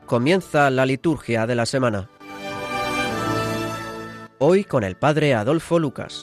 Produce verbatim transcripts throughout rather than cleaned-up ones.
comienza la liturgia de la semana. Hoy con el Padre Adolfo Lucas.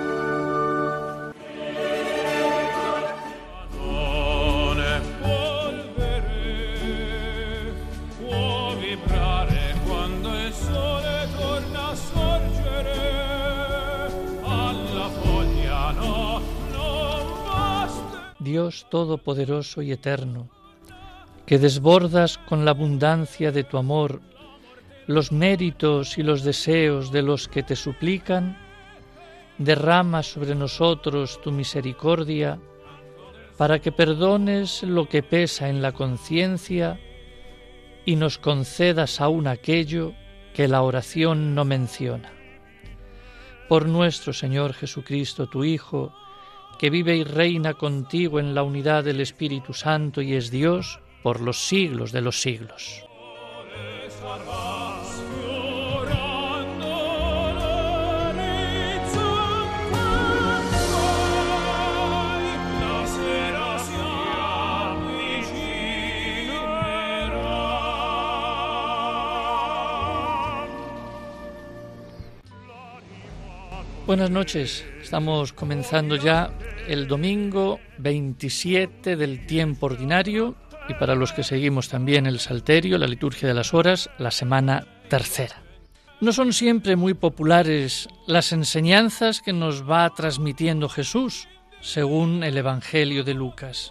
Dios Todopoderoso y Eterno, que desbordas con la abundancia de tu amor los méritos y los deseos de los que te suplican, derrama sobre nosotros tu misericordia para que perdones lo que pesa en la conciencia y nos concedas aún aquello que la oración no menciona. Por nuestro Señor Jesucristo, tu Hijo, que vive y reina contigo en la unidad del Espíritu Santo y es Dios por los siglos de los siglos. Buenas noches, estamos comenzando ya el domingo veintisiete del tiempo ordinario y para los que seguimos también el Salterio, la liturgia de las horas, la semana tercera. No son siempre muy populares las enseñanzas que nos va transmitiendo Jesús, según el Evangelio de Lucas.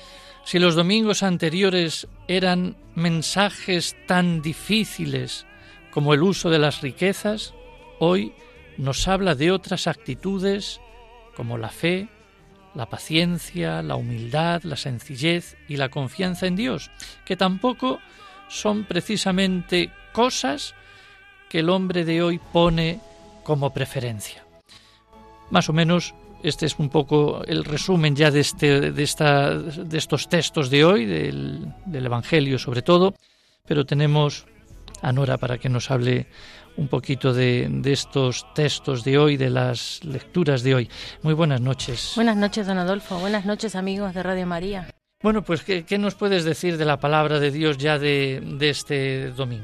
Si los domingos anteriores eran mensajes tan difíciles como el uso de las riquezas, hoy nos habla de otras actitudes como la fe, la paciencia, la humildad, la sencillez y la confianza en Dios, que tampoco son precisamente cosas que el hombre de hoy pone como preferencia. Más o menos este es un poco el resumen ya de, este, de, esta, de estos textos de hoy, del, del Evangelio sobre todo, pero tenemos a Nora para que nos hable un poquito de, de estos textos de hoy, de las lecturas de hoy. Muy buenas noches. Buenas noches, don Adolfo. Buenas noches, amigos de Radio María. Bueno, pues, ¿qué, qué nos puedes decir de la palabra de Dios ya de, de este domingo?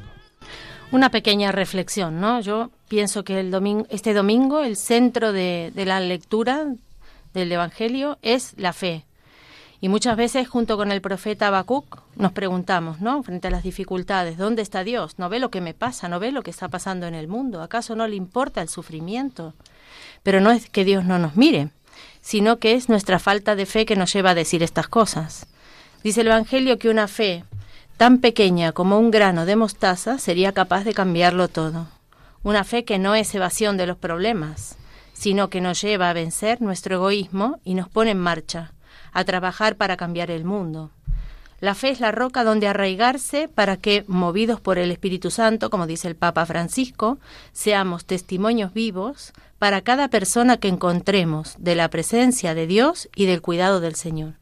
Una pequeña reflexión, ¿no? Yo pienso que el domingo, este domingo el centro de, de la lectura del Evangelio es la fe. Y muchas veces, junto con el profeta Habacuc, nos preguntamos, ¿no?, frente a las dificultades, ¿dónde está Dios? ¿No ve lo que me pasa? ¿No ve lo que está pasando en el mundo? ¿Acaso no le importa el sufrimiento? Pero no es que Dios no nos mire, sino que es nuestra falta de fe que nos lleva a decir estas cosas. Dice el Evangelio que una fe tan pequeña como un grano de mostaza sería capaz de cambiarlo todo. Una fe que no es evasión de los problemas, sino que nos lleva a vencer nuestro egoísmo y nos pone en marcha, a trabajar para cambiar el mundo. La fe es la roca donde arraigarse para que, movidos por el Espíritu Santo, como dice el Papa Francisco, seamos testimonios vivos para cada persona que encontremos de la presencia de Dios y del cuidado del Señor.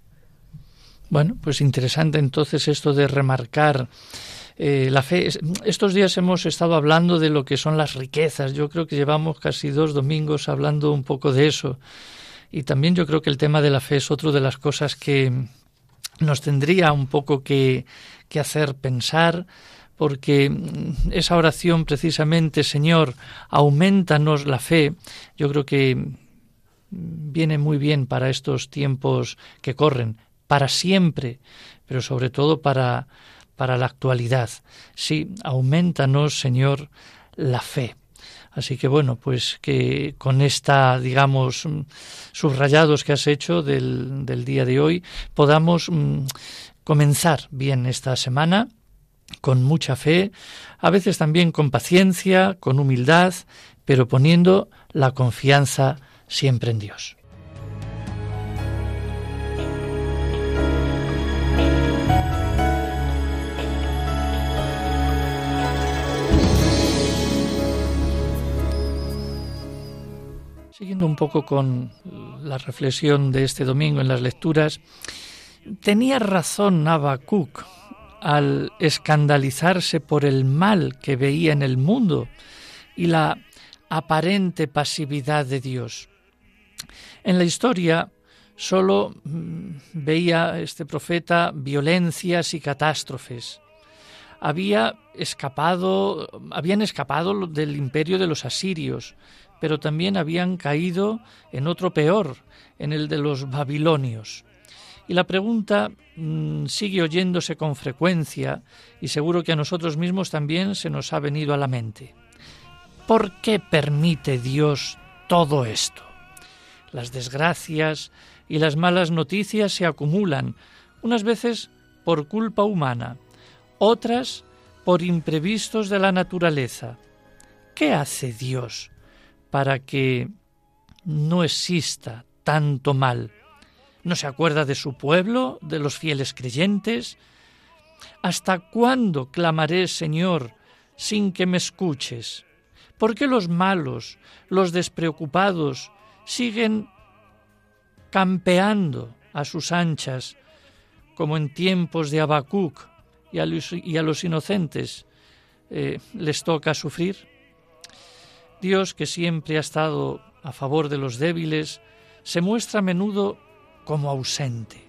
Bueno, pues interesante entonces esto de remarcar eh, la fe. Estos días hemos estado hablando de lo que son las riquezas. Yo creo que llevamos casi dos domingos hablando un poco de eso. Y también yo creo que el tema de la fe es otra de las cosas que nos tendría un poco que, que hacer pensar, porque esa oración precisamente, Señor, aumentanos la fe, yo creo que viene muy bien para estos tiempos que corren, para siempre, pero sobre todo para, para la actualidad. Sí, aumentanos, Señor, la fe. Así que bueno, pues que con esta, digamos, subrayados que has hecho del, del día de hoy, podamos mm, comenzar bien esta semana con mucha fe, a veces también con paciencia, con humildad, pero poniendo la confianza siempre en Dios. Siguiendo un poco con la reflexión de este domingo en las lecturas, tenía razón Habacuc al escandalizarse por el mal que veía en el mundo y la aparente pasividad de Dios. En la historia solo veía este profeta violencias y catástrofes. había escapado, habían escapado del imperio de los asirios, pero también habían caído en otro peor, en el de los babilonios. Y la pregunta mmm, sigue oyéndose con frecuencia y seguro que a nosotros mismos también se nos ha venido a la mente. ¿Por qué permite Dios todo esto? Las desgracias y las malas noticias se acumulan, unas veces por culpa humana, otras por imprevistos de la naturaleza. ¿Qué hace Dios para que no exista tanto mal? ¿No se acuerda de su pueblo, de los fieles creyentes? ¿Hasta cuándo clamaré, Señor, sin que me escuches? ¿Por qué los malos, los despreocupados, siguen campeando a sus anchas, como en tiempos de Habacuc, y a los, y a los inocentes eh, les toca sufrir? Dios, que siempre ha estado a favor de los débiles, se muestra a menudo como ausente.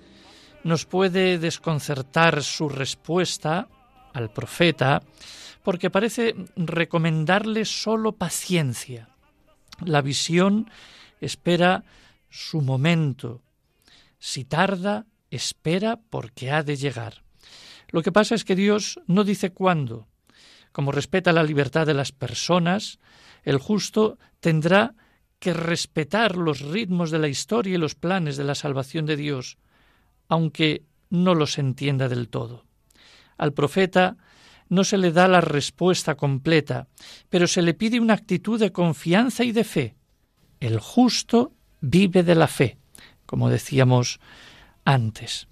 Nos puede desconcertar su respuesta al profeta porque parece recomendarle solo paciencia. La visión espera su momento. Si tarda, espera porque ha de llegar. Lo que pasa es que Dios no dice cuándo. Como respeta la libertad de las personas, el justo tendrá que respetar los ritmos de la historia y los planes de la salvación de Dios, aunque no los entienda del todo. Al profeta no se le da la respuesta completa, pero se le pide una actitud de confianza y de fe. El justo vive de la fe, como decíamos antes.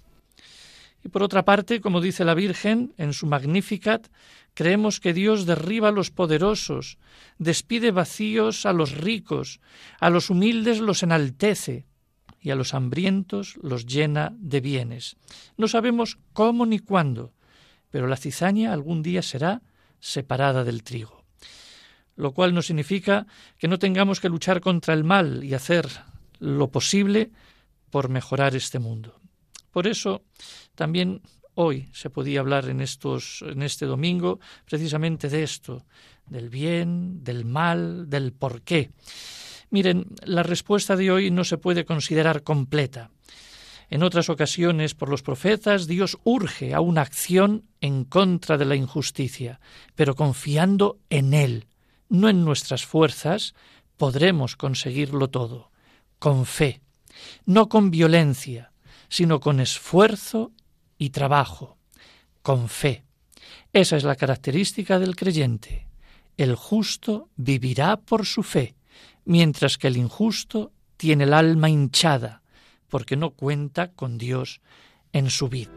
Y por otra parte, como dice la Virgen en su Magnificat, creemos que Dios derriba a los poderosos, despide vacíos a los ricos, a los humildes los enaltece y a los hambrientos los llena de bienes. No sabemos cómo ni cuándo, pero la cizaña algún día será separada del trigo. Lo cual no significa que no tengamos que luchar contra el mal y hacer lo posible por mejorar este mundo. Por eso también hoy se podía hablar en estos, en este domingo precisamente de esto, del bien, del mal, del por qué. Miren, la respuesta de hoy no se puede considerar completa. En otras ocasiones, por los profetas, Dios urge a una acción en contra de la injusticia, pero confiando en Él, no en nuestras fuerzas, podremos conseguirlo todo, con fe, no con violencia, sino con esfuerzo y trabajo, con fe. Esa es la característica del creyente. El justo vivirá por su fe, mientras que el injusto tiene el alma hinchada, porque no cuenta con Dios en su vida.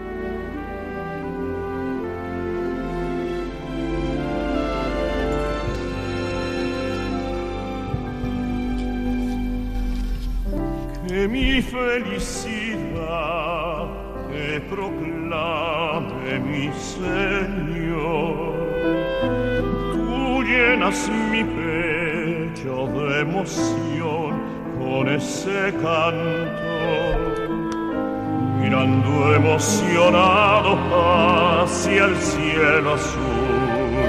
Que mi felicidad te proclame, mi Señor. Tú llenas mi pecho de emoción con ese canto, mirando emocionado hacia el cielo azul.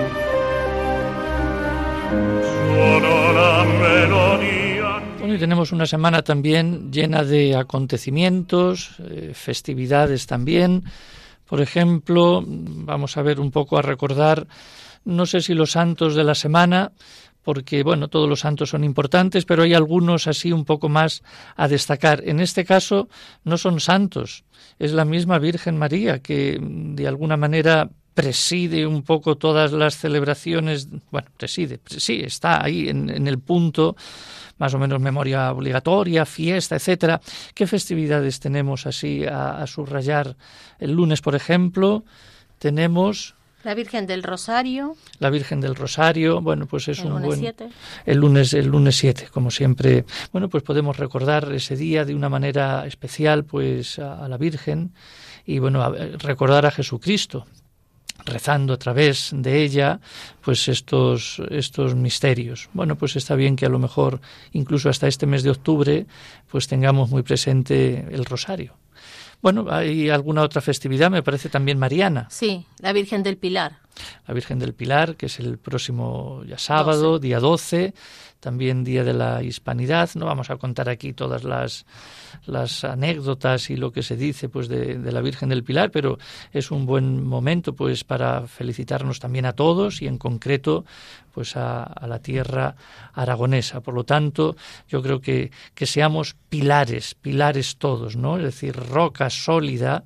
Solo la melodía. Bueno, y tenemos una semana también llena de acontecimientos, eh, festividades también. Por ejemplo, vamos a ver un poco a recordar, no sé si los santos de la semana, porque, bueno, todos los santos son importantes, pero hay algunos así un poco más a destacar. En este caso no son santos, es la misma Virgen María que de alguna manera preside un poco todas las celebraciones, bueno, preside, sí, está ahí en, en el punto, más o menos memoria obligatoria, fiesta, etcétera. ¿Qué festividades tenemos así a, a subrayar? El lunes, por ejemplo, tenemos la Virgen del Rosario. La Virgen del Rosario, bueno, pues es el un lunes buen siete. El lunes el lunes siete, como siempre. Bueno, pues podemos recordar ese día de una manera especial, pues a, a la Virgen y bueno, a, recordar a Jesucristo, rezando a través de ella pues estos estos misterios. Bueno, pues está bien que a lo mejor incluso hasta este mes de octubre pues tengamos muy presente el rosario. Bueno, hay alguna otra festividad, me parece también mariana. Sí, la Virgen del Pilar. La Virgen del Pilar, que es el próximo ya sábado, doce. Día doce, también Día de la Hispanidad. No vamos a contar aquí todas las, las anécdotas y lo que se dice pues de, de la Virgen del Pilar, pero es un buen momento pues para felicitarnos también a todos y en concreto pues a, a la tierra aragonesa. Por lo tanto, yo creo que, que seamos pilares, pilares todos, ¿no? Es decir, roca sólida,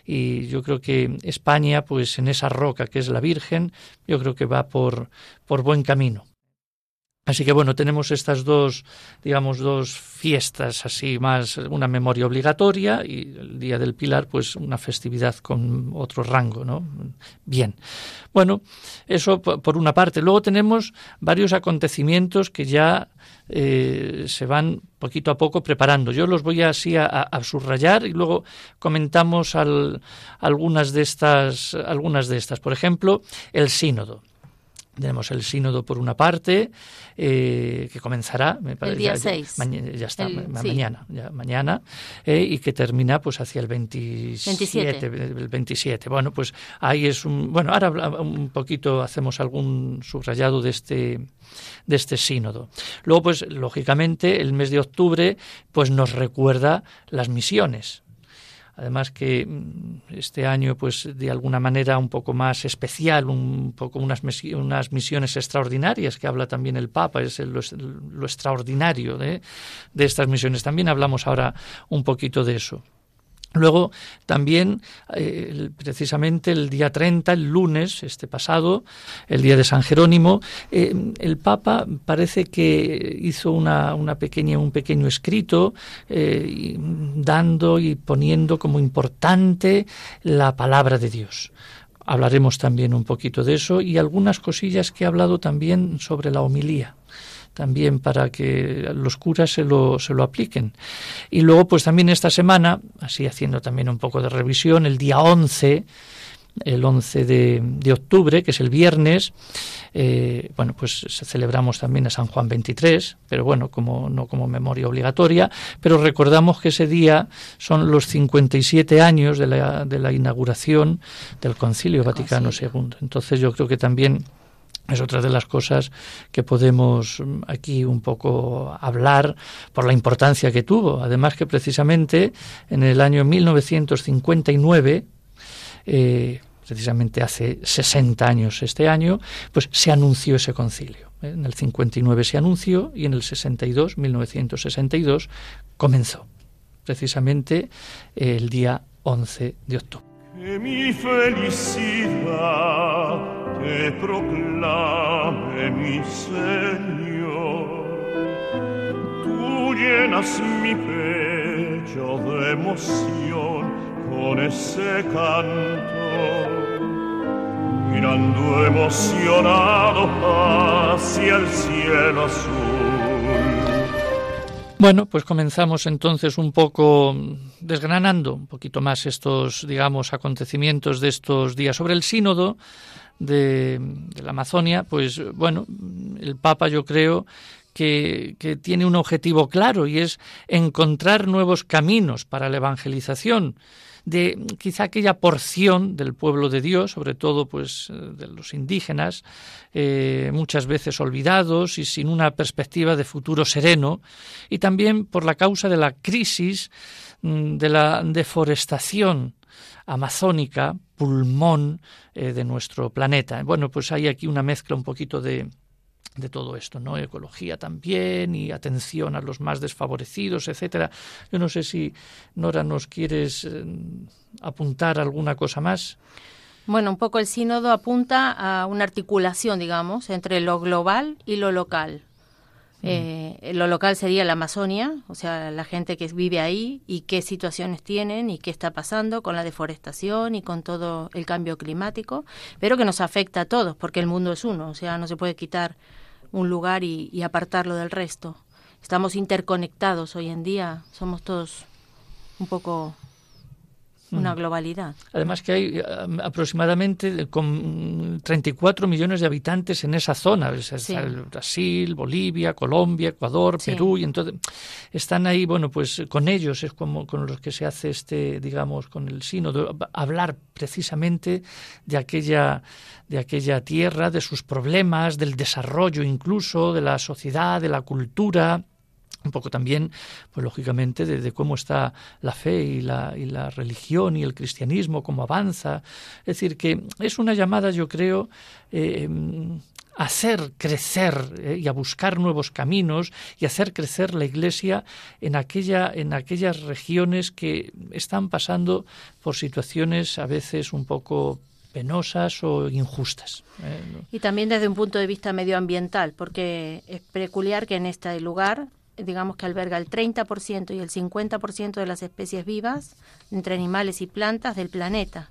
y yo creo que España, pues en esa roca que es la Virgen, yo creo que va por, por buen camino. Así que bueno, tenemos estas dos, digamos, dos fiestas así más, una memoria obligatoria y el Día del Pilar, pues una festividad con otro rango, ¿no? Bien. Bueno, eso por una parte. Luego tenemos varios acontecimientos que ya eh, se van poquito a poco preparando. Yo los voy así a, a subrayar y luego comentamos al, algunas de estas, algunas de estas. Por ejemplo, el sínodo. Tenemos el sínodo por una parte, eh, que comenzará me parece, el día ya, seis. Ya, ma- ya está, el, ma- sí. mañana, ya, mañana eh, y que termina pues hacia el veintisiete, veintisiete. El veintisiete. Bueno, pues ahí es un... Bueno, ahora un poquito hacemos algún subrayado de este, de este sínodo. Luego, pues, lógicamente, el mes de octubre pues nos recuerda las misiones. Además que este año, pues de alguna manera un poco más especial, un poco unas, unas misiones extraordinarias que habla también el Papa, es lo, lo extraordinario de, de estas misiones. También hablamos ahora un poquito de eso. Luego también, eh, precisamente el día treinta, el lunes, este pasado, el día de San Jerónimo, eh, el Papa parece que hizo una, una pequeña, un pequeño escrito eh, dando y poniendo como importante la palabra de Dios. Hablaremos también un poquito de eso y algunas cosillas que he hablado también sobre la homilía, también para que los curas se lo, se lo apliquen. Y luego, pues también esta semana, así haciendo también un poco de revisión, el día once, el once de, de octubre, que es el viernes, eh, bueno, pues celebramos también a San Juan veintitrés, pero bueno, como no como memoria obligatoria, pero recordamos que ese día son los cincuenta y siete años de la, de la inauguración del Concilio Vaticano segundo. Entonces yo creo que también es otra de las cosas que podemos aquí un poco hablar por la importancia que tuvo. Además que precisamente en el año mil novecientos cincuenta y nueve, eh, precisamente hace sesenta años este año, pues se anunció ese concilio. En el cincuenta y nueve se anunció y en el sesenta y dos, mil novecientos sesenta y dos, comenzó. Precisamente el día once de octubre. Que mi felicidad te proclame, mi Señor. Tú llenas mi pecho de emoción con ese canto, mirando emocionado hacia el cielo azul. Bueno, pues comenzamos entonces un poco desgranando un poquito más estos, digamos, acontecimientos de estos días. Sobre el sínodo de, de la Amazonia, pues bueno, el Papa yo creo que, que tiene un objetivo claro y es encontrar nuevos caminos para la evangelización de quizá aquella porción del pueblo de Dios, sobre todo pues de los indígenas, eh, muchas veces olvidados y sin una perspectiva de futuro sereno, y también por la causa de la crisis de la deforestación amazónica, pulmón eh, de nuestro planeta. Bueno, pues hay aquí una mezcla un poquito de de todo esto, ¿no? Ecología también y atención a los más desfavorecidos, etcétera. Yo no sé si, Nora, nos quieres eh, apuntar alguna cosa más. Bueno, un poco el sínodo apunta a una articulación, digamos, entre lo global y lo local. Mm. Eh, lo local sería la Amazonia, o sea, la gente que vive ahí y qué situaciones tienen y qué está pasando con la deforestación y con todo el cambio climático, pero que nos afecta a todos porque el mundo es uno, o sea, no se puede quitar un lugar y, y apartarlo del resto. Estamos interconectados hoy en día, somos todos un poco una globalidad. Además que hay um, aproximadamente con treinta y cuatro millones de habitantes en esa zona, es, sí. el Brasil, Bolivia, Colombia, Ecuador, sí. Perú, y entonces están ahí, bueno, pues con ellos es como con los que se hace este, digamos, con el sínodo, hablar precisamente de aquella, de aquella tierra, de sus problemas, del desarrollo incluso, de la sociedad, de la cultura, un poco también, pues lógicamente, de, de cómo está la fe y la, y la religión y el cristianismo, cómo avanza. Es decir, que es una llamada, yo creo, eh, a hacer crecer eh, y a buscar nuevos caminos y hacer crecer la Iglesia en aquella, en aquellas regiones que están pasando por situaciones a veces un poco penosas o injustas. Eh, ¿no? Y también desde un punto de vista medioambiental, porque es peculiar que en este lugar, digamos que alberga el treinta por ciento y el cincuenta por ciento de las especies vivas, entre animales y plantas del planeta.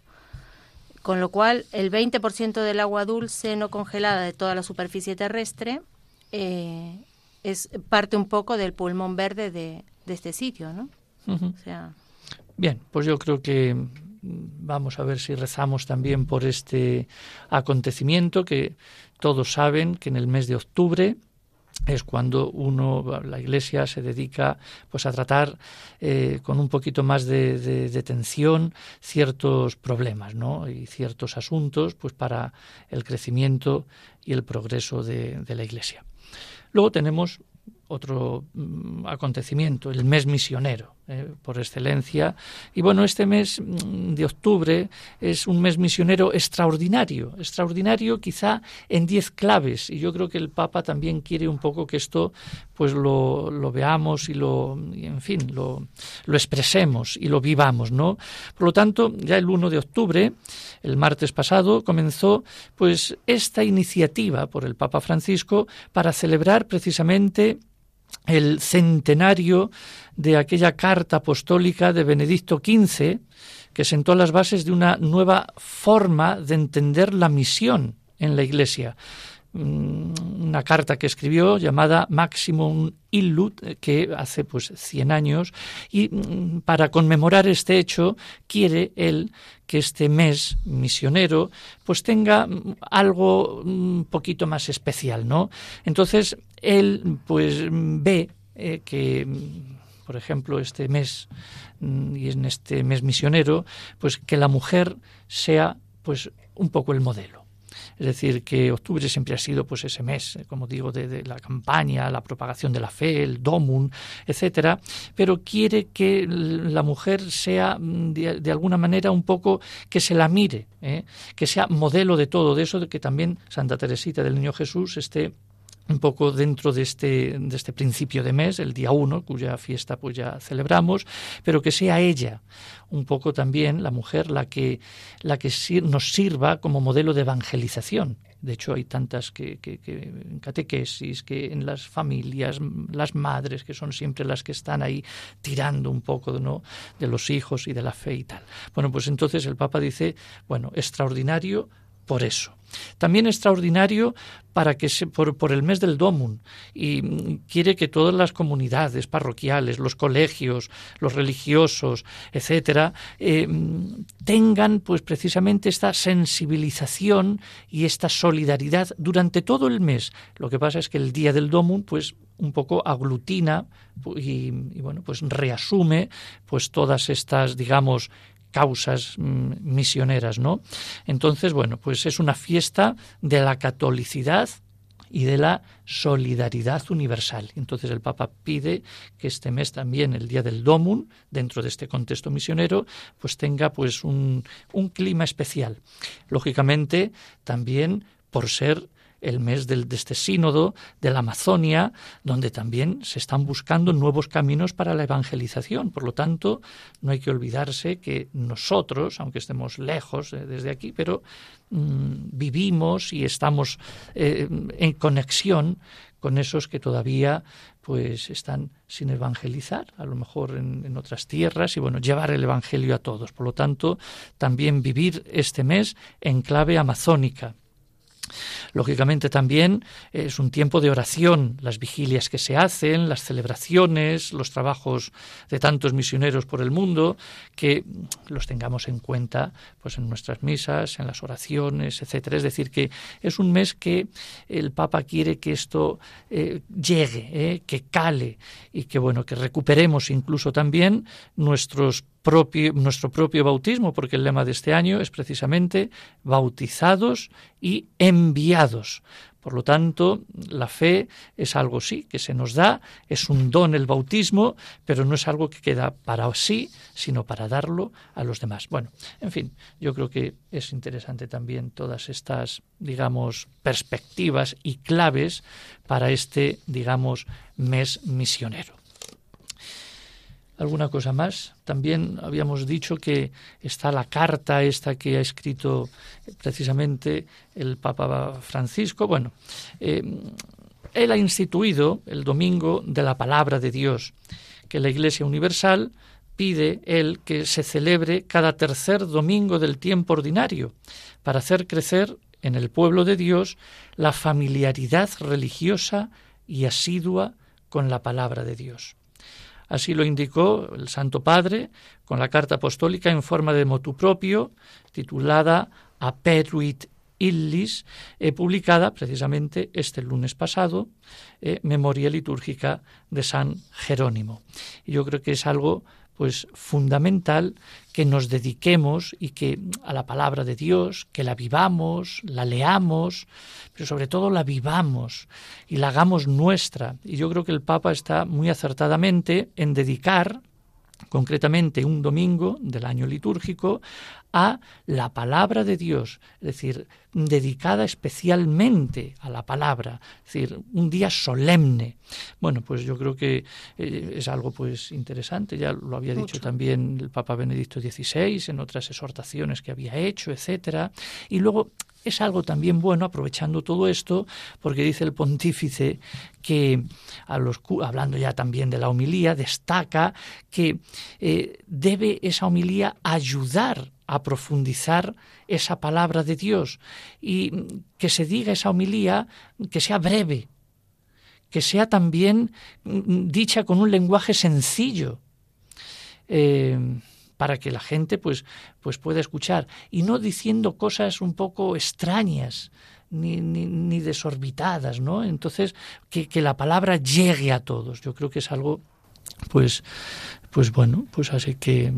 Con lo cual, el veinte por ciento del agua dulce no congelada de toda la superficie terrestre eh, es parte un poco del pulmón verde de, de este sitio, ¿no? Uh-huh. O sea... Bien, pues yo creo que vamos a ver si rezamos también por este acontecimiento, que todos saben que en el mes de octubre es cuando uno, la Iglesia se dedica pues a tratar eh, con un poquito más de, de, de atención ciertos problemas, ¿no? Y ciertos asuntos pues para el crecimiento y el progreso de, de la Iglesia. Luego tenemos otro mm, acontecimiento, el mes misionero, eh, por excelencia. Y bueno, este mes mm, de octubre es un mes misionero extraordinario, extraordinario quizá en diez claves. Y yo creo que el Papa también quiere un poco que esto pues lo, lo veamos y lo, y en fin, lo, lo expresemos y lo vivamos, ¿no? Por lo tanto, ya el primero de octubre, el martes pasado, comenzó pues esta iniciativa por el Papa Francisco para celebrar precisamente el centenario de aquella carta apostólica de Benedicto quince, que sentó las bases de una nueva forma de entender la misión en la Iglesia. Una carta que escribió llamada Maximum Illud, que hace pues cien años, y para conmemorar este hecho quiere él que este mes misionero pues tenga algo un poquito más especial, ¿no? Entonces él pues ve eh, que, por ejemplo, este mes y en este mes misionero, pues que la mujer sea pues un poco el modelo. Es decir, que octubre siempre ha sido pues ese mes, como digo, de, de la campaña, la propagación de la fe, el Domum, etcétera, pero quiere que la mujer sea de, de alguna manera un poco que se la mire, ¿eh? Que sea modelo de todo, de eso de que también Santa Teresita del Niño Jesús esté un poco dentro de este, de este principio de mes, el día uno, cuya fiesta pues ya celebramos, pero que sea ella un poco también, la mujer, la que, la que nos sirva como modelo de evangelización. De hecho, hay tantas que, que, que en catequesis, que en las familias, las madres, que son siempre las que están ahí tirando un poco, ¿no?, de los hijos y de la fe y tal. Bueno, pues entonces el Papa dice, bueno, extraordinario por eso. También extraordinario para que se, por, por el mes del Domum, y quiere que todas las comunidades parroquiales, los colegios, los religiosos, etcétera, eh, tengan pues precisamente esta sensibilización y esta solidaridad durante todo el mes. Lo que pasa es que el día del Domum pues un poco aglutina y, y bueno, pues reasume pues todas estas, digamos, causas mm, misioneras, ¿no? Entonces, bueno, pues es una fiesta de la catolicidad y de la solidaridad universal. Entonces el Papa pide que este mes también, el día del Domum, dentro de este contexto misionero, pues tenga pues un, un clima especial. Lógicamente, también por ser el mes del, de este sínodo de la Amazonia, donde también se están buscando nuevos caminos para la evangelización. Por lo tanto, no hay que olvidarse que nosotros, aunque estemos lejos eh, desde aquí, pero mmm, vivimos y estamos eh, en conexión con esos que todavía pues están sin evangelizar, a lo mejor en, en otras tierras, y bueno, llevar el evangelio a todos. Por lo tanto, también vivir este mes en clave amazónica. Lógicamente también es un tiempo de oración, las vigilias que se hacen, las celebraciones, los trabajos de tantos misioneros por el mundo, que los tengamos en cuenta pues en nuestras misas, en las oraciones, etcétera. Es decir, que es un mes que el Papa quiere que esto eh, llegue, eh, que cale y que bueno, que recuperemos incluso también nuestros Propio, nuestro propio bautismo, porque el lema de este año es precisamente bautizados y enviados. Por lo tanto, la fe es algo sí que se nos da, es un don el bautismo, pero no es algo que queda para sí, sino para darlo a los demás. Bueno, en fin, yo creo que es interesante también todas estas, digamos, perspectivas y claves para este, digamos, mes misionero. ¿Alguna cosa más? También habíamos dicho que está la carta esta que ha escrito precisamente el Papa Francisco. Bueno, eh, él ha instituido el Domingo de la Palabra de Dios, que la Iglesia Universal pide él que se celebre cada tercer domingo del tiempo ordinario para hacer crecer en el pueblo de Dios la familiaridad religiosa y asidua con la Palabra de Dios. Así lo indicó el Santo Padre con la carta apostólica en forma de motu propio, titulada Aperuit Illis, eh, publicada precisamente este lunes pasado, eh, Memoria Litúrgica de San Jerónimo. Y yo creo que es algo pues fundamental que nos dediquemos y que a la palabra de Dios, que la vivamos, la leamos, pero sobre todo la vivamos y la hagamos nuestra. Y yo creo que el Papa está muy acertadamente en dedicar concretamente un domingo del año litúrgico a la palabra de Dios, es decir, dedicada especialmente a la palabra, es decir, un día solemne. Bueno, pues yo creo que eh, es algo pues interesante, ya lo había dicho Mucho. también el Papa Benedicto dieciséis en otras exhortaciones que había hecho, etcétera. Y luego es algo también bueno, aprovechando todo esto, porque dice el pontífice que, a los, hablando ya también de la homilía, destaca que eh, debe esa homilía ayudar a profundizar esa palabra de Dios y que se diga esa homilía que sea breve, que sea también dicha con un lenguaje sencillo, eh, para que la gente pues, pues pueda escuchar y no diciendo cosas un poco extrañas ni, ni, ni desorbitadas, ¿no? Entonces, que, que la palabra llegue a todos. Yo creo que es algo, pues, pues bueno, pues así que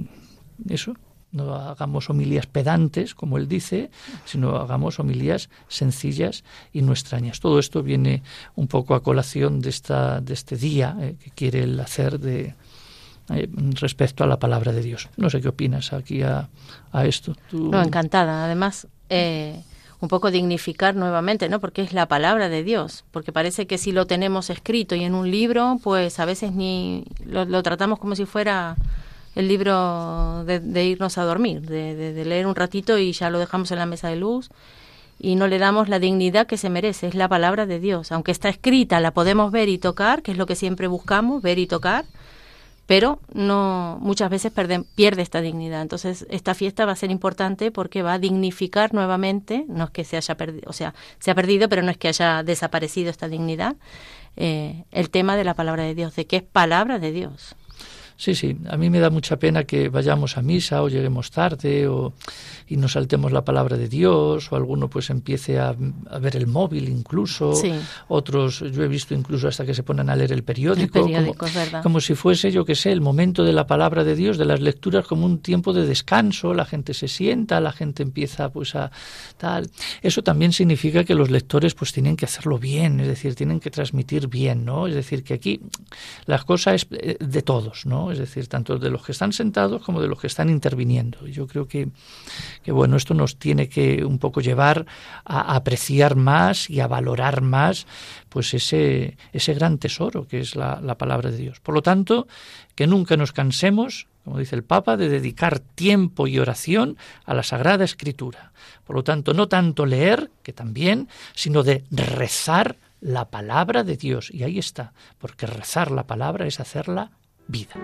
eso. No hagamos homilías pedantes, como él dice, sino hagamos homilías sencillas y no extrañas. Todo esto viene un poco a colación de esta de este día eh, que quiere él hacer de eh, respecto a la palabra de Dios. No sé qué opinas aquí a, a esto. ¿Tú? No, encantada. Además, eh, un poco dignificar nuevamente, ¿no? Porque es la palabra de Dios. Porque parece que si lo tenemos escrito y en un libro, pues a veces ni lo, lo tratamos como si fuera el libro de, de irnos a dormir, de, de, de leer un ratito y ya lo dejamos en la mesa de luz y no le damos la dignidad que se merece. Es la palabra de Dios. Aunque está escrita, la podemos ver y tocar, que es lo que siempre buscamos, ver y tocar, pero no muchas veces pierde, pierde esta dignidad. Entonces, esta fiesta va a ser importante porque va a dignificar nuevamente, no es que se haya perdido, o sea, se ha perdido, pero no es que haya desaparecido esta dignidad, eh, el tema de la palabra de Dios, de que es palabra de Dios. Sí, sí, a mí me da mucha pena que vayamos a misa o lleguemos tarde o y nos saltemos la palabra de Dios o alguno pues empiece a, a ver el móvil incluso, sí. Otros, yo he visto incluso hasta que se ponen a leer el periódico, el periódico como, es verdad. Como si fuese, yo qué sé, el momento de la palabra de Dios, de las lecturas como un tiempo de descanso, la gente se sienta, la gente empieza pues a tal. Eso también significa que los lectores pues tienen que hacerlo bien, es decir, tienen que transmitir bien, ¿no? Es decir, que aquí las cosas es de todos, ¿no? Es decir, tanto de los que están sentados como de los que están interviniendo. Yo creo que, que bueno, esto nos tiene que un poco llevar a apreciar más y a valorar más pues ese, ese gran tesoro que es la, la palabra de Dios. Por lo tanto, que nunca nos cansemos, como dice el Papa, de dedicar tiempo y oración a la Sagrada Escritura. Por lo tanto, no tanto leer, que también, sino de rezar la palabra de Dios. Y ahí está, porque rezar la palabra es hacerla vida.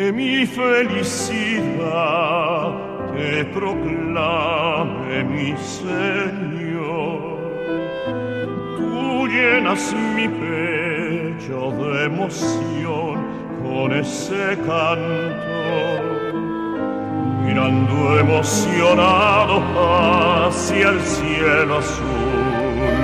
que mi felicidad te proclame, mi Señor. Tú llenas mi pecho de emoción con ese canto, mirando emocionado hacia el cielo azul.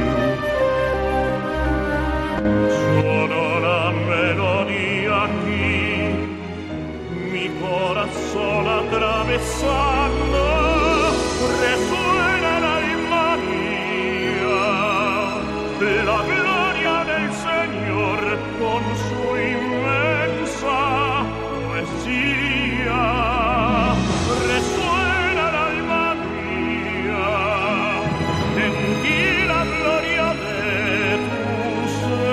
Solo la melodía aquí, mi corazón atravesando, resuena la alma mía, la gloria del Señor con su inmensa poesía. Resuena el alma mía, en ti la gloria de tu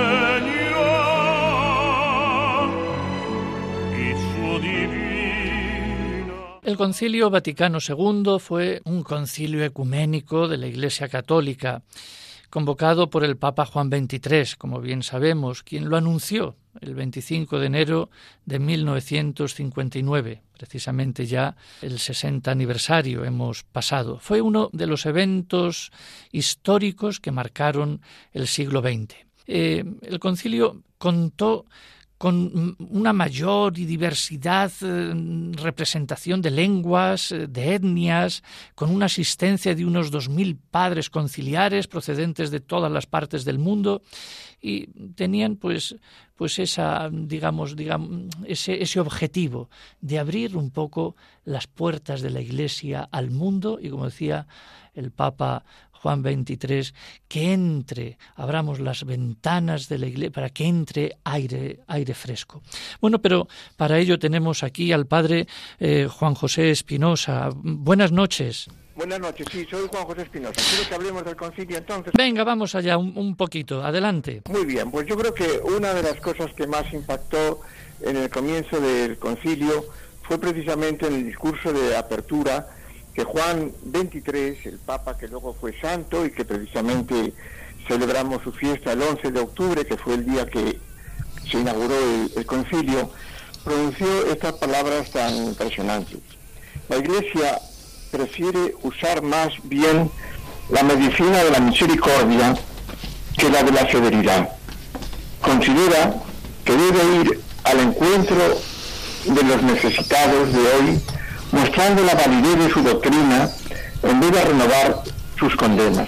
Señor y su divina. El Concilio Vaticano segundo fue un concilio ecuménico de la Iglesia Católica, convocado por el Papa Juan veintitrés, como bien sabemos, quien lo anunció el veinticinco de enero de mil novecientos cincuenta y nueve, precisamente ya el sesenta aniversario hemos pasado. Fue uno de los eventos históricos que marcaron el siglo veinte. Eh, el concilio contó con una mayor y diversidad, eh, representación de lenguas, eh, de etnias, con una asistencia de unos dos mil padres conciliares procedentes de todas las partes del mundo, y tenían pues pues esa digamos digamos ese ese objetivo de abrir un poco las puertas de la Iglesia al mundo, y como decía el Papa Juan veintitrés, que entre, abramos las ventanas de la iglesia para que entre aire, aire fresco. Bueno, pero para ello tenemos aquí al padre eh, Juan José Espinosa. Buenas noches. Buenas noches, sí, soy Juan José Espinosa. ¿Quiere que hablemos del concilio entonces? Venga, vamos allá un, un poquito, adelante. Muy bien, pues yo creo que una de las cosas que más impactó en el comienzo del concilio fue precisamente en el discurso de apertura que Juan veintitrés, el Papa que luego fue santo y que precisamente celebramos su fiesta el once de octubre, que fue el día que se inauguró el, el concilio, pronunció estas palabras tan impresionantes. La Iglesia prefiere usar más bien la medicina de la misericordia que la de la severidad. Considera que debe ir al encuentro de los necesitados de hoy, mostrando la validez de su doctrina en vez de renovar sus condenas.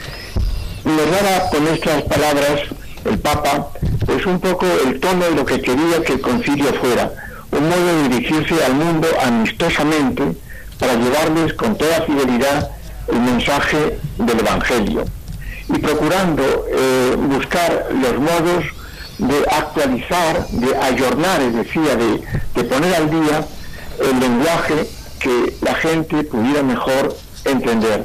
Y nos daba con estas palabras el Papa pues un poco el tono de lo que quería que el concilio fuera, un modo de dirigirse al mundo amistosamente para llevarles con toda fidelidad el mensaje del Evangelio, y procurando eh, buscar los modos de actualizar, de ayornar, es decir, de, de poner al día el lenguaje que la gente pudiera mejor entender.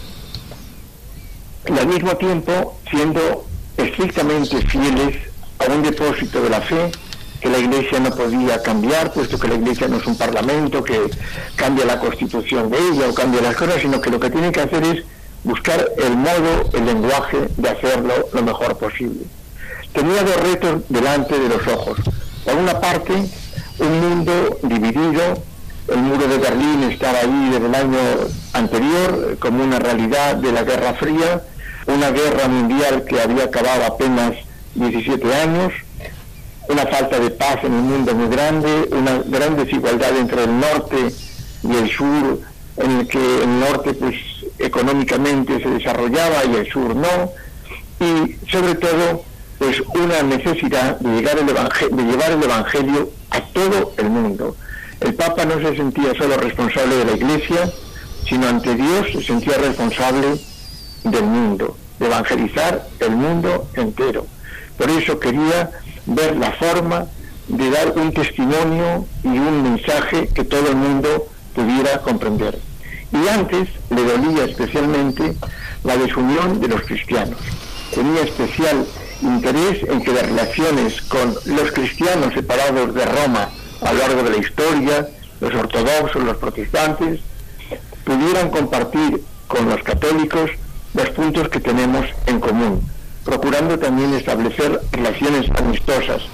Y al mismo tiempo siendo estrictamente fieles a un depósito de la fe que la Iglesia no podía cambiar, puesto que la Iglesia no es un parlamento que cambia la constitución de ella o cambia las cosas, sino que lo que tiene que hacer es buscar el modo, el lenguaje de hacerlo lo mejor posible. Tenía dos retos delante de los ojos. Por una parte, un mundo dividido. El muro de Berlín estaba ahí desde el año anterior como una realidad de la Guerra Fría, una guerra mundial que había acabado apenas diecisiete años, una falta de paz en el mundo muy grande, una gran desigualdad entre el norte y el sur, en el que el norte pues económicamente se desarrollaba y el sur no, y sobre todo pues una necesidad de, llegar el evangel- de llevar el Evangelio a todo el mundo. El Papa no se sentía solo responsable de la Iglesia, sino ante Dios se sentía responsable del mundo, de evangelizar el mundo entero. Por eso quería ver la forma de dar un testimonio y un mensaje que todo el mundo pudiera comprender. Y antes le dolía especialmente la desunión de los cristianos. Tenía especial interés en que las relaciones con los cristianos separados de Roma a lo largo de la historia, los ortodoxos, los protestantes, pudieran compartir con los católicos los puntos que tenemos en común, procurando también establecer relaciones amistosas,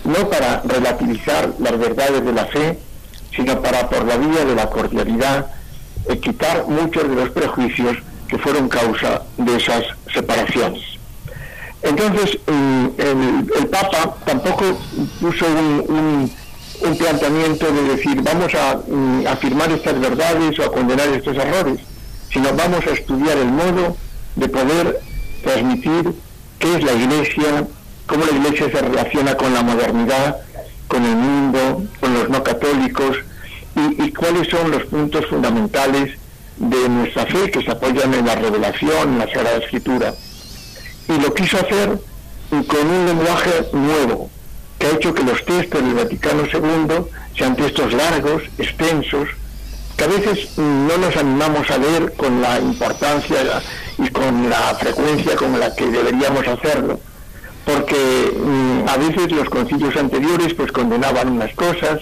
no para relativizar las verdades de la fe, sino para, por la vía de la cordialidad, eh, quitar muchos de los prejuicios que fueron causa de esas separaciones. Entonces, el, el Papa tampoco puso un, un, un planteamiento de decir vamos a um, afirmar estas verdades o a condenar estos errores, sino vamos a estudiar el modo de poder transmitir qué es la Iglesia, cómo la Iglesia se relaciona con la modernidad, con el mundo, con los no católicos, y, y cuáles son los puntos fundamentales de nuestra fe que se apoyan en la revelación, en la Sagrada Escritura. Y lo quiso hacer con un lenguaje nuevo, que ha hecho que los textos del Vaticano segundo sean textos largos, extensos, que a veces no nos animamos a leer con la importancia y con la frecuencia con la que deberíamos hacerlo, porque mmm, a veces los concilios anteriores pues condenaban unas cosas,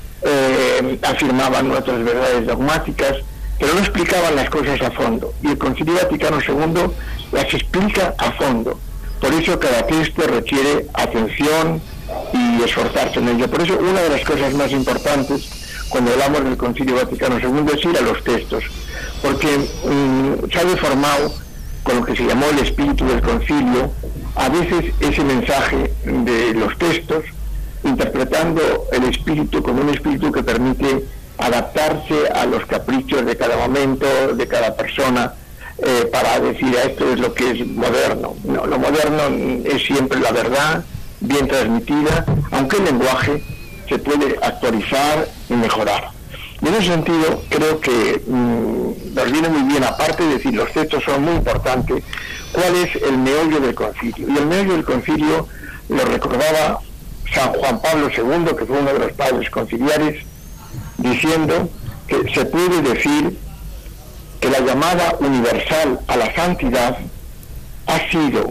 eh, afirmaban otras verdades dogmáticas, pero no explicaban las cosas a fondo, y el Concilio Vaticano segundo las explica a fondo. Por eso cada texto requiere atención y esforzarse en ello. Por eso una de las cosas más importantes cuando hablamos del Concilio Vaticano segundo es ir a los textos, porque mmm, se ha deformado con lo que se llamó el espíritu del concilio, a veces ese mensaje de los textos, interpretando el espíritu como un espíritu que permite adaptarse a los caprichos de cada momento, de cada persona, eh, para decir esto es lo que es moderno. No, lo moderno es siempre la verdad, bien transmitida, aunque el lenguaje se puede actualizar y mejorar. Y en ese sentido creo que mmm, nos viene muy bien, aparte de decir los textos son muy importantes, cuál es el meollo del concilio. Y el meollo del concilio lo recordaba San Juan Pablo segundo, que fue uno de los padres conciliares, diciendo que se puede decir que la llamada universal a la santidad ha sido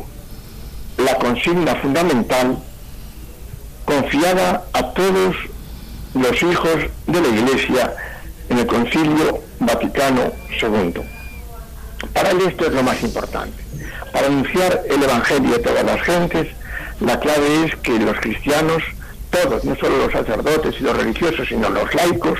la consigna fundamental confiada a todos los hijos de la Iglesia en el Concilio Vaticano segundo. Para él esto es lo más importante. Para anunciar el Evangelio a todas las gentes, la clave es que los cristianos, todos, no solo los sacerdotes y los religiosos, sino los laicos,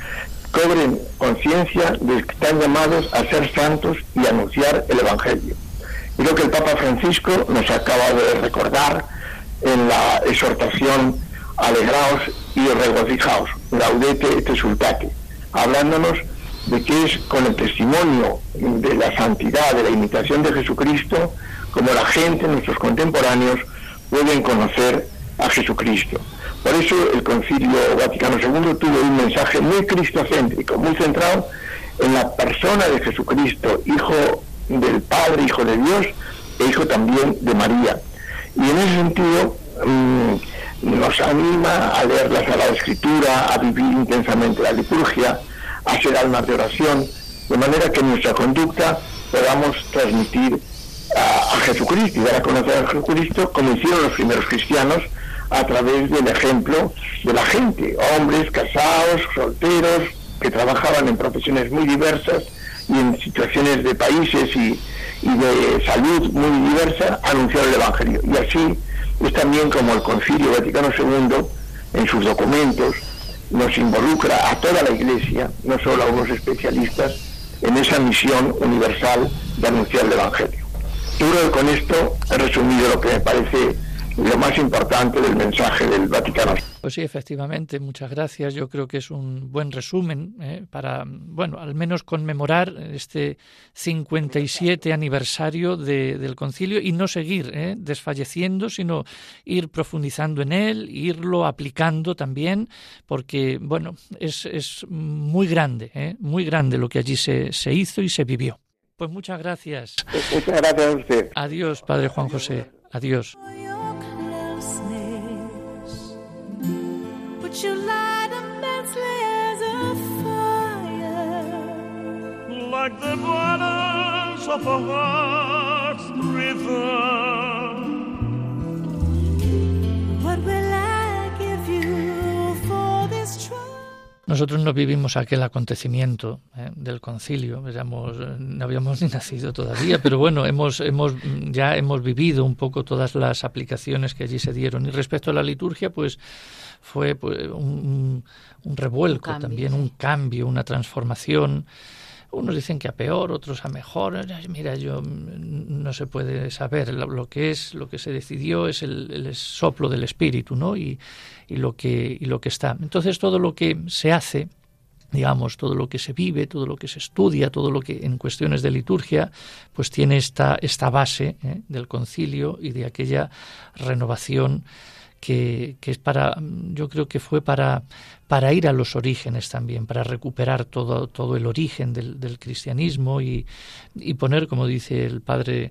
cobren conciencia de que están llamados a ser santos y anunciar el Evangelio. Y lo que el Papa Francisco nos acaba de recordar en la exhortación alegraos y regocijaos, laudete et exultate, hablándonos de que es con el testimonio de la santidad, de la imitación de Jesucristo, como la gente, nuestros contemporáneos, pueden conocer a Jesucristo. Por eso el Concilio Vaticano segundo tuvo un mensaje muy cristocéntrico, muy centrado en la persona de Jesucristo, Hijo del Padre, Hijo de Dios, e Hijo también de María. Y en ese sentido mmm, nos anima a leer la Sagrada Escritura, a vivir intensamente la liturgia, a ser almas de oración, de manera que en nuestra conducta podamos transmitir a, a Jesucristo y dar a conocer a Jesucristo como hicieron los primeros cristianos a través del ejemplo de la gente, hombres casados, solteros, que trabajaban en profesiones muy diversas y en situaciones de países y, y de salud muy diversa, anunciaron el Evangelio. Y así es también como el Concilio Vaticano segundo, en sus documentos, nos involucra a toda la Iglesia, no solo a unos especialistas, en esa misión universal de anunciar el Evangelio. Yo creo que con esto he resumido lo que me parece lo más importante del mensaje del Vaticano. Pues sí, efectivamente, muchas gracias. Yo creo que es un buen resumen eh, para, bueno, al menos conmemorar este cincuenta y siete aniversario de, del concilio y no seguir eh, desfalleciendo, sino ir profundizando en él, irlo aplicando también, porque, bueno, es, es muy grande, eh, muy grande lo que allí se, se hizo y se vivió. Pues muchas gracias. Muchas gracias a usted. Adiós, Padre Juan José. Adiós. You light a man's layers of fire, like the waters of a heart's river. What will I give you for this trial? nosotros no vivimos aquel acontecimiento eh, del concilio, éramos, no habíamos ni nacido todavía, pero bueno, hemos, hemos ya hemos vivido un poco todas las aplicaciones que allí se dieron. Y respecto a la liturgia, pues fue pues, un, un revuelco un cambio, también, sí. un cambio, una transformación. Unos dicen que a peor, otros a mejor. Mira, yo no se puede saber. Lo que es, lo que se decidió es el, el soplo del Espíritu, ¿no? Y, y lo que y lo que está. Entonces todo lo que se hace, digamos, todo lo que se vive, todo lo que se estudia, todo lo que en cuestiones de liturgia, pues tiene esta esta base ¿eh? del concilio y de aquella renovación que, que es para, yo creo que fue para para ir a los orígenes también, para recuperar todo todo el origen del, del cristianismo y, y poner, como dice el padre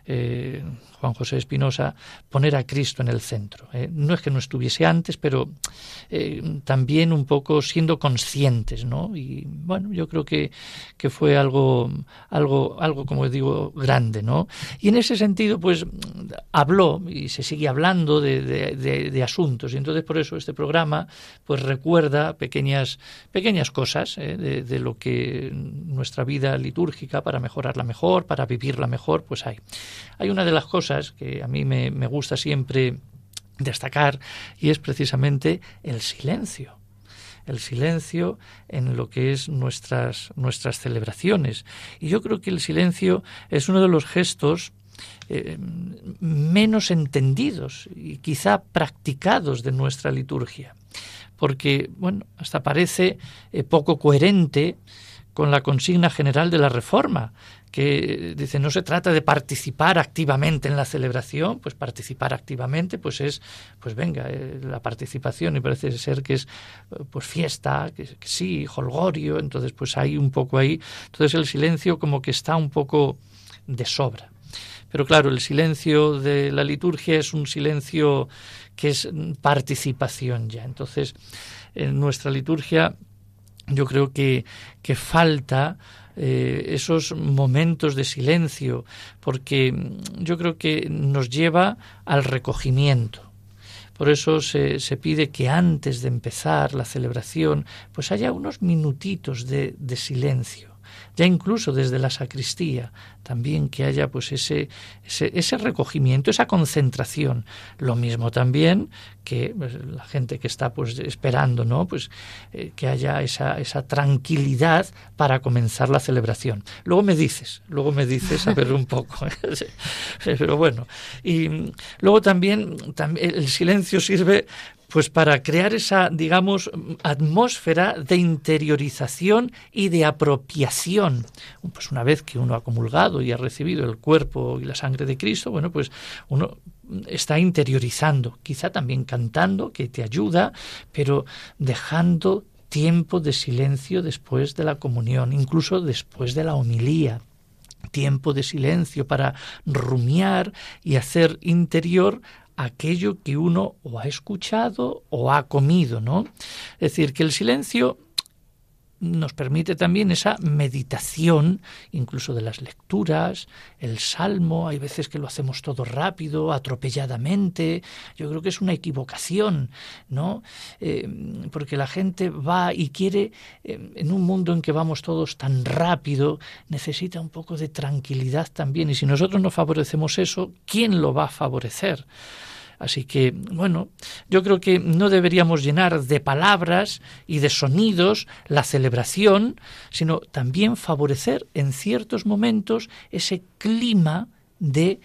eh, Juan José Espinosa, poner a Cristo en el centro. Eh. No es que no estuviese antes, pero eh, también un poco siendo conscientes, ¿no? Y bueno, yo creo que, que fue algo, algo, algo, como digo, grande, ¿no? Y en ese sentido, pues, habló y se sigue hablando de, de, de, de asuntos. Y entonces, por eso, este programa, pues, recuerda pequeñas, pequeñas cosas eh, de, de lo que nuestra vida litúrgica, para mejorarla mejor, para vivirla mejor, pues hay. Hay una de las cosas que a mí me, me gusta siempre destacar y es precisamente el silencio. El silencio en lo que es nuestras, nuestras celebraciones. Y yo creo que el silencio es uno de los gestos eh, menos entendidos y quizá practicados de nuestra liturgia. Porque, bueno, hasta parece eh, poco coherente con la consigna general de la Reforma, que dice no se trata de participar activamente en la celebración, pues participar activamente pues es, pues venga, eh, la participación, y parece ser que es pues fiesta, que, que sí, jolgorio, entonces pues hay un poco ahí, entonces el silencio como que está un poco de sobra. Pero claro, el silencio de la liturgia es un silencio que es participación ya. Entonces, en nuestra liturgia yo creo que, que falta eh, esos momentos de silencio, porque yo creo que nos lleva al recogimiento. Por eso se, se pide que antes de empezar la celebración pues haya unos minutitos de, de silencio. Ya incluso desde la sacristía, también que haya pues ese, ese, ese recogimiento, esa concentración. Lo mismo también que pues, la gente que está pues esperando, ¿no? Pues eh, que haya esa, esa tranquilidad para comenzar la celebración. Luego me dices, luego me dices a ver un poco. Pero bueno, y luego también, también el silencio sirve pues para crear esa, digamos, atmósfera de interiorización y de apropiación. Pues una vez que uno ha comulgado y ha recibido el cuerpo y la sangre de Cristo, bueno, pues uno está interiorizando, quizá también cantando, que te ayuda, pero dejando tiempo de silencio después de la comunión, incluso después de la homilía. Tiempo de silencio para rumiar y hacer interior aquello que uno o ha escuchado o ha comido, ¿no? Es decir, que el silencio nos permite también esa meditación, incluso de las lecturas, el salmo, hay veces que lo hacemos todo rápido, atropelladamente, yo creo que es una equivocación, ¿no? Eh, porque la gente va y quiere, eh, en un mundo en que vamos todos tan rápido, necesita un poco de tranquilidad también, y si nosotros no favorecemos eso, ¿quién lo va a favorecer? Así que, bueno, yo creo que no deberíamos llenar de palabras y de sonidos la celebración, sino también favorecer en ciertos momentos ese clima de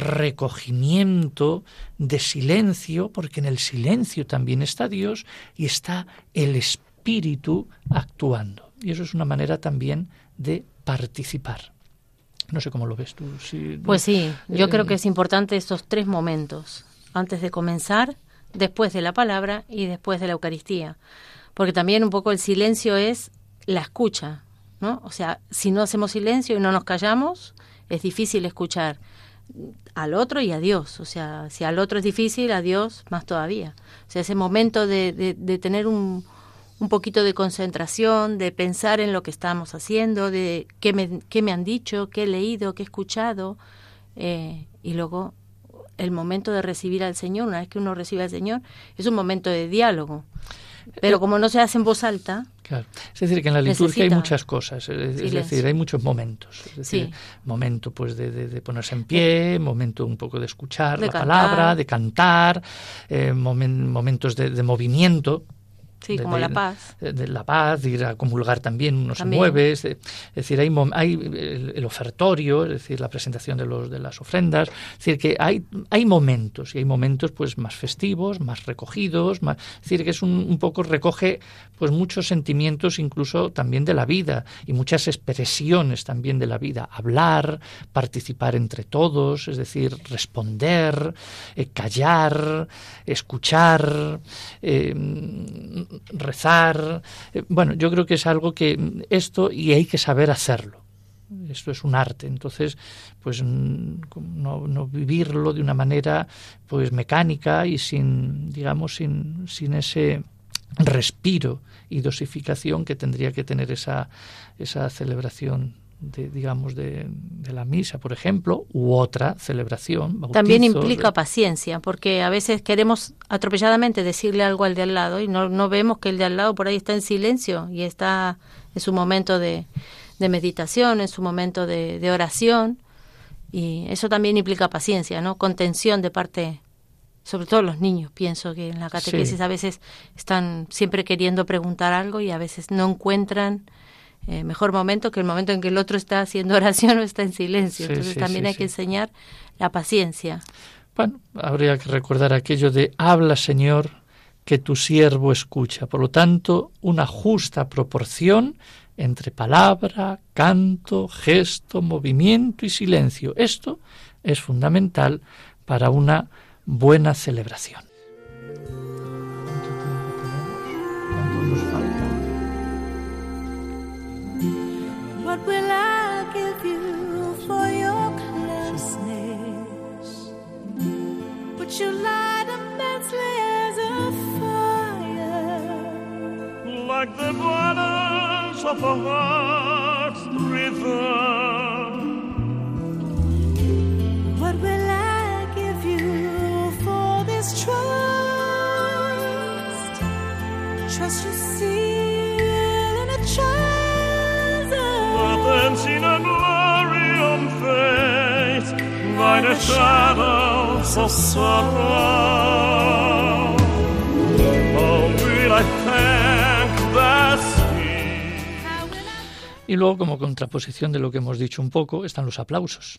recogimiento, de silencio, porque en el silencio también está Dios y está el Espíritu actuando. Y eso es una manera también de participar. No sé cómo lo ves tú. Si, pues sí, yo eh, creo que es importante estos tres momentos. Antes de comenzar, después de la palabra y después de la Eucaristía. Porque también un poco el silencio es la escucha, ¿no? O sea, si no hacemos silencio y no nos callamos, es difícil escuchar al otro y a Dios. O sea, si al otro es difícil, a Dios más todavía. O sea, ese momento de, de, de tener un, un poquito de concentración, de pensar en lo que estamos haciendo, de qué me, qué me han dicho, qué he leído, qué he escuchado, eh, y luego el momento de recibir al Señor, una vez que uno recibe al Señor, es un momento de diálogo. pero como no se hace en voz alta... Claro. Es decir, que en la liturgia necesita hay muchas cosas, es, es decir, hay muchos momentos. Es decir, Sí. momento pues de, de, de ponerse en pie, momento un poco de escuchar De la cantar. palabra, de cantar, eh, momen- momentos de, de movimiento. Sí, de, como de- la paz. De, de la paz, de ir a comulgar también, uno También. se mueve. Es, de- es decir, hay, mom- hay el, el ofertorio, es decir, la presentación de, los, de las ofrendas. Es decir, que hay, hay momentos, y hay momentos pues más festivos, más recogidos. Más, es decir, que es un, un poco, recoge pues muchos sentimientos incluso también de la vida y muchas expresiones también de la vida. Hablar, participar entre todos, es decir, responder, eh, callar, escuchar, eh, rezar. Eh, bueno, yo creo que es algo que esto, y hay que saber hacerlo. Esto es un arte, entonces, pues no, no vivirlo de una manera pues mecánica y sin, digamos, sin, sin ese respiro y dosificación que tendría que tener esa, esa celebración de, digamos, de, de la misa, por ejemplo, u otra celebración. Bautizos, También implica de... paciencia, porque a veces queremos atropelladamente decirle algo al de al lado y no, no vemos que el de al lado por ahí está en silencio y está en su momento de, de meditación, en su momento de, de oración, y eso también implica paciencia, ¿no? Contención de parte, sobre todo los niños. Pienso que en la catequesis Sí. a veces están siempre queriendo preguntar algo y a veces no encuentran eh, mejor momento que el momento en que el otro está haciendo oración o está en silencio. Sí, Entonces sí, también sí, hay sí. que enseñar la paciencia. Bueno, habría que recordar aquello de habla, Señor, que tu siervo escucha. Por lo tanto, una justa proporción entre palabra, canto, gesto, movimiento y silencio. Esto es fundamental para una buena celebración. ¿Cuánto nos falta? What will I give you for your closeness? Would you light immensely as a fire? Like the waters of a heart's river. What will I give you for this trust? Trust you seal in a chosen. Then seen a glory on face by the shadows of sorrow. Oh, will I thank the sea? How will I Y luego, como contraposición de lo que hemos dicho un poco, están los aplausos.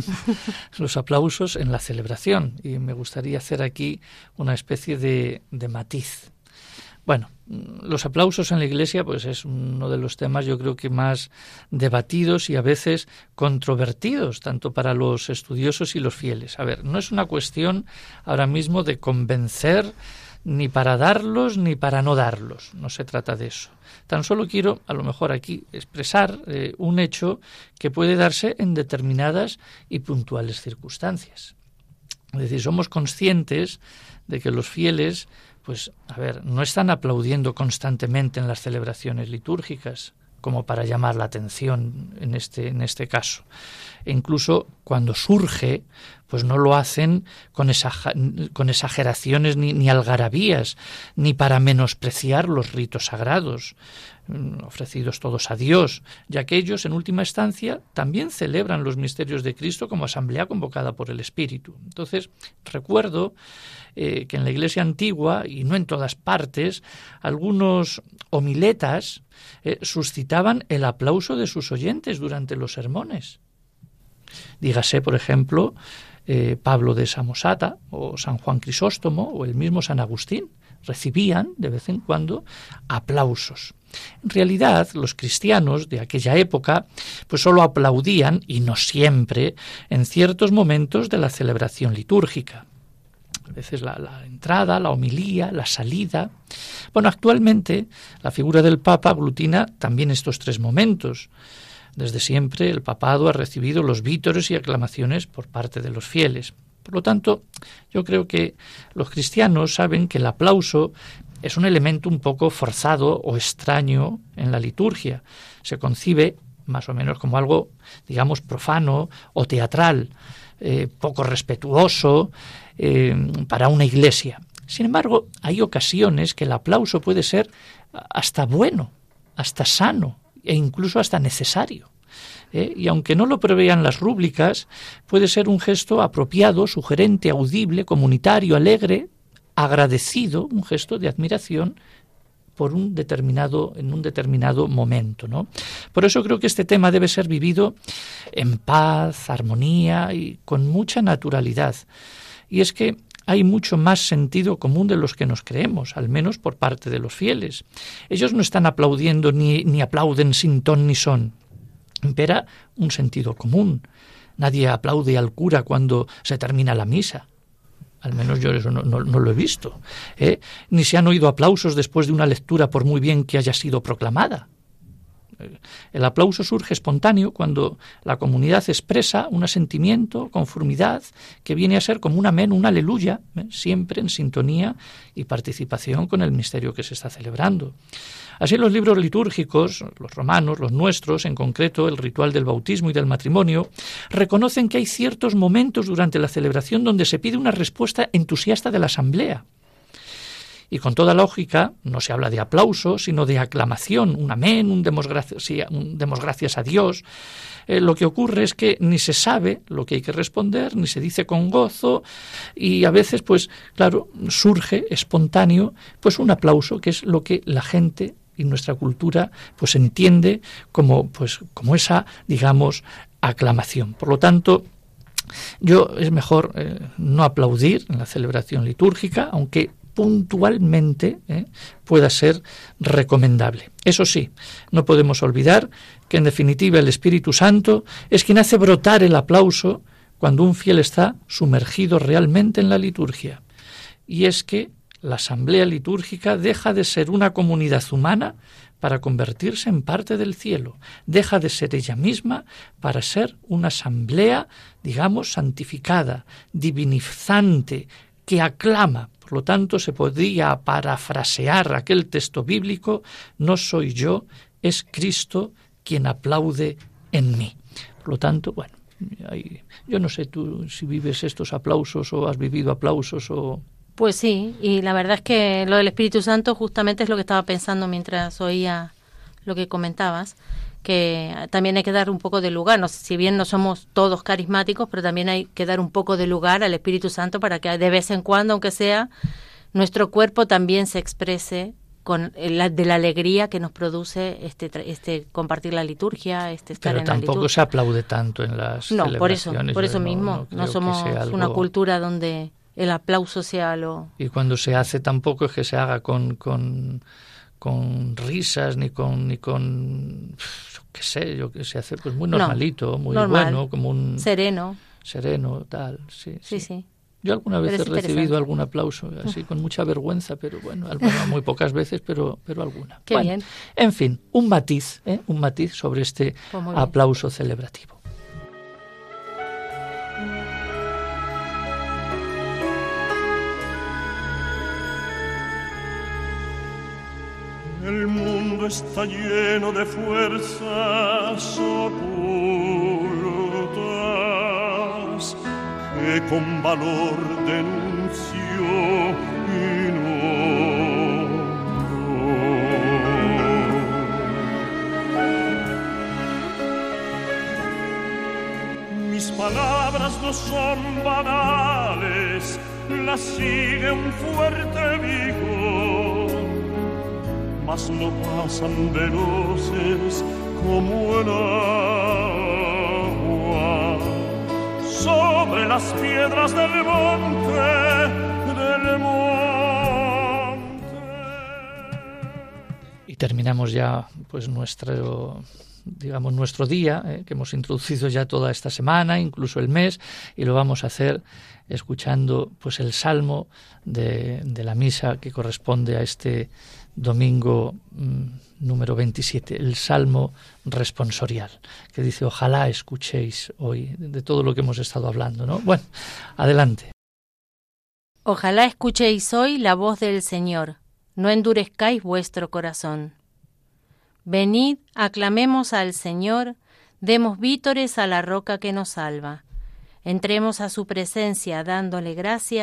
Los aplausos en la celebración. Y me gustaría hacer aquí una especie de, de matiz. Bueno, los aplausos en la Iglesia pues es uno de los temas yo creo que más debatidos y a veces controvertidos, tanto para los estudiosos y los fieles. A ver, no es una cuestión ahora mismo de convencer ni para darlos ni para no darlos, no se trata de eso. Tan solo quiero, a lo mejor aquí, expresar eh, un hecho que puede darse en determinadas y puntuales circunstancias. Es decir, somos conscientes de que los fieles, pues, a ver, no están aplaudiendo constantemente en las celebraciones litúrgicas, como para llamar la atención en este, en este caso. E incluso cuando surge, pues no lo hacen con, exaja, con exageraciones ni, ni algarabías, ni para menospreciar los ritos sagrados, ofrecidos todos a Dios, ya que ellos, en última instancia, también celebran los misterios de Cristo como asamblea convocada por el Espíritu. Entonces, recuerdo eh, que en la Iglesia antigua, y no en todas partes, algunos homiletas eh, suscitaban el aplauso de sus oyentes durante los sermones. Dígase, por ejemplo, eh, Pablo de Samosata o San Juan Crisóstomo o el mismo San Agustín recibían de vez en cuando aplausos. En realidad, los cristianos de aquella época pues solo aplaudían, y no siempre, en ciertos momentos de la celebración litúrgica. A veces la, la entrada, la homilía, la salida. Bueno, actualmente la figura del Papa aglutina también estos tres momentos. Desde siempre el papado ha recibido los vítores y aclamaciones por parte de los fieles. Por lo tanto, yo creo que los cristianos saben que el aplauso es un elemento un poco forzado o extraño en la liturgia. Se concibe más o menos como algo, digamos, profano o teatral, eh, poco respetuoso eh, para una iglesia. Sin embargo, hay ocasiones que el aplauso puede ser hasta bueno, hasta sano e incluso hasta necesario. ¿Eh? Y aunque no lo prevean las rúbricas, puede ser un gesto apropiado, sugerente, audible, comunitario, alegre, agradecido, un gesto de admiración por un determinado, en un determinado momento, ¿no? Por eso creo que este tema debe ser vivido en paz, armonía y con mucha naturalidad. Y es que hay mucho más sentido común de los que nos creemos, al menos por parte de los fieles. Ellos no están aplaudiendo ni, ni aplauden sin ton ni son. Impera un sentido común. Nadie aplaude al cura cuando se termina la misa. Al menos yo eso no, no, no lo he visto. ¿eh? Ni se han oído aplausos después de una lectura por muy bien que haya sido proclamada. El aplauso surge espontáneo cuando la comunidad expresa un asentimiento, conformidad, que viene a ser como un amén, un aleluya, ¿eh? siempre en sintonía y participación con el misterio que se está celebrando. Así los libros litúrgicos, los romanos, los nuestros, en concreto el ritual del bautismo y del matrimonio, reconocen que hay ciertos momentos durante la celebración donde se pide una respuesta entusiasta de la asamblea. Y con toda lógica, no se habla de aplauso, sino de aclamación, un amén, un demos gracias, un demos gracias a Dios. Eh, lo que ocurre es que ni se sabe lo que hay que responder, ni se dice con gozo, y a veces, pues, claro, surge espontáneo, pues un aplauso, que es lo que la gente y nuestra cultura, pues, entiende como, pues, como esa, digamos, aclamación. Por lo tanto, yo es mejor eh, no aplaudir en la celebración litúrgica, aunque puntualmente eh, pueda ser recomendable. Eso sí, no podemos olvidar que en definitiva el Espíritu Santo es quien hace brotar el aplauso cuando un fiel está sumergido realmente en la liturgia. Y es que la asamblea litúrgica deja de ser una comunidad humana para convertirse en parte del cielo. Deja de ser ella misma para ser una asamblea, digamos, santificada, divinizante, que aclama. Por lo tanto, se podría parafrasear aquel texto bíblico: no soy yo, es Cristo quien aplaude en mí. Por lo tanto, bueno, hay, yo no sé tú si vives estos aplausos o has vivido aplausos o... Pues sí, y la verdad es que lo del Espíritu Santo justamente es lo que estaba pensando mientras oía lo que comentabas, que también hay que dar un poco de lugar, no, si bien no somos todos carismáticos, pero también hay que dar un poco de lugar al Espíritu Santo para que de vez en cuando, aunque sea, nuestro cuerpo también se exprese con la, de la alegría que nos produce este este compartir la liturgia, este estar pero en la liturgia. Pero tampoco se aplaude tanto en las no, celebraciones. por eso, por eso no, mismo, no, no somos algo... una cultura donde el aplauso sea lo... Y cuando se hace tampoco es que se haga con... con con risas ni con ni con qué sé yo, que se hace pues muy normalito, no, muy normal, bueno, como un sereno sereno tal, sí sí, sí, sí. Yo alguna vez he recibido algún aplauso así con mucha vergüenza, pero bueno, alguna, muy pocas veces, pero pero alguna. Qué bueno, bien. En fin, un matiz, ¿eh? un matiz sobre este pues aplauso celebrativo. El mundo está lleno de fuerzas ocultas que con valor denunció y nombró. Mis palabras no son banales, las sigue un fuerte vigor, mas no pasan veloces como el agua sobre las piedras del monte, del monte. Y terminamos ya pues nuestro digamos nuestro día, eh, que hemos introducido ya toda esta semana, incluso el mes, y lo vamos a hacer escuchando pues el salmo de, de la misa que corresponde a este domingo mmm, número veintisiete, el Salmo responsorial, que dice: ojalá escuchéis hoy de todo lo que hemos estado hablando, ¿no? Bueno, adelante. Ojalá escuchéis hoy la voz del Señor, no endurezcáis vuestro corazón. Venid, aclamemos al Señor, demos vítores a la roca que nos salva. Entremos a su presencia dándole gracias,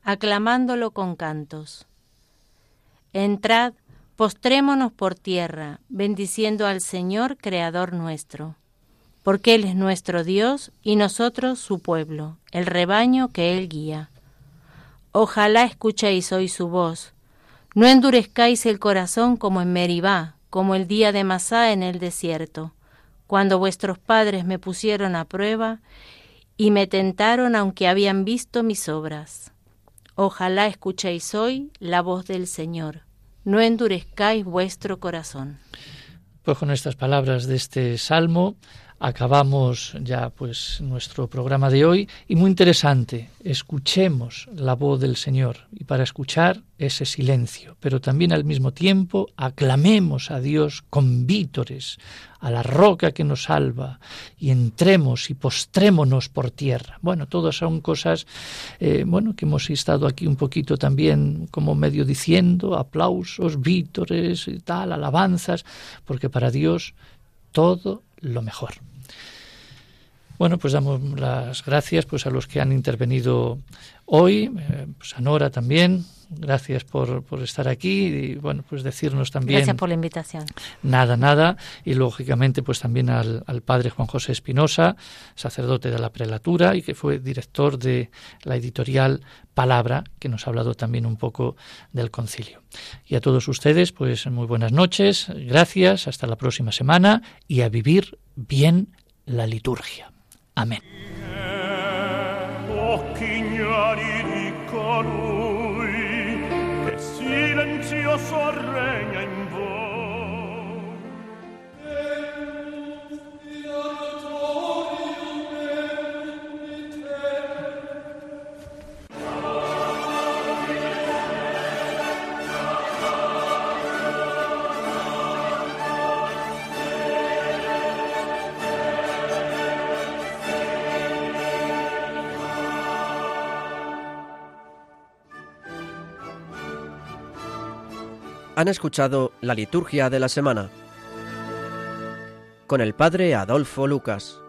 aclamándolo con cantos. Entrad, postrémonos por tierra, bendiciendo al Señor, Creador nuestro, porque Él es nuestro Dios y nosotros su pueblo, el rebaño que Él guía. Ojalá escuchéis hoy su voz, no endurezcáis el corazón como en Meribá, como el día de Masá en el desierto, cuando vuestros padres me pusieron a prueba y me tentaron aunque habían visto mis obras. Ojalá escuchéis hoy la voz del Señor, no endurezcáis vuestro corazón. Pues con estas palabras de este salmo acabamos ya pues nuestro programa de hoy, y muy interesante, escuchemos la voz del Señor, y para escuchar ese silencio, pero también al mismo tiempo aclamemos a Dios con vítores, a la roca que nos salva, y entremos y postrémonos por tierra. Bueno, todas son cosas eh, bueno, que hemos estado aquí un poquito también como medio diciendo, aplausos, vítores y tal, alabanzas, porque para Dios todo lo mejor. Bueno, pues damos las gracias pues a los que han intervenido hoy, eh, pues a Nora también, gracias por, por estar aquí y bueno, pues decirnos también... Gracias por la invitación. Nada, nada, y lógicamente pues también al, al padre Juan José Espinosa, sacerdote de la prelatura y que fue director de la editorial Palabra, que nos ha hablado también un poco del concilio. Y a todos ustedes, pues muy buenas noches, gracias, hasta la próxima semana y a vivir bien la liturgia. Amén. Occhi ignari di colui che silenzioso regna in voi. Han escuchado la liturgia de la semana con el padre Adolfo Lucas.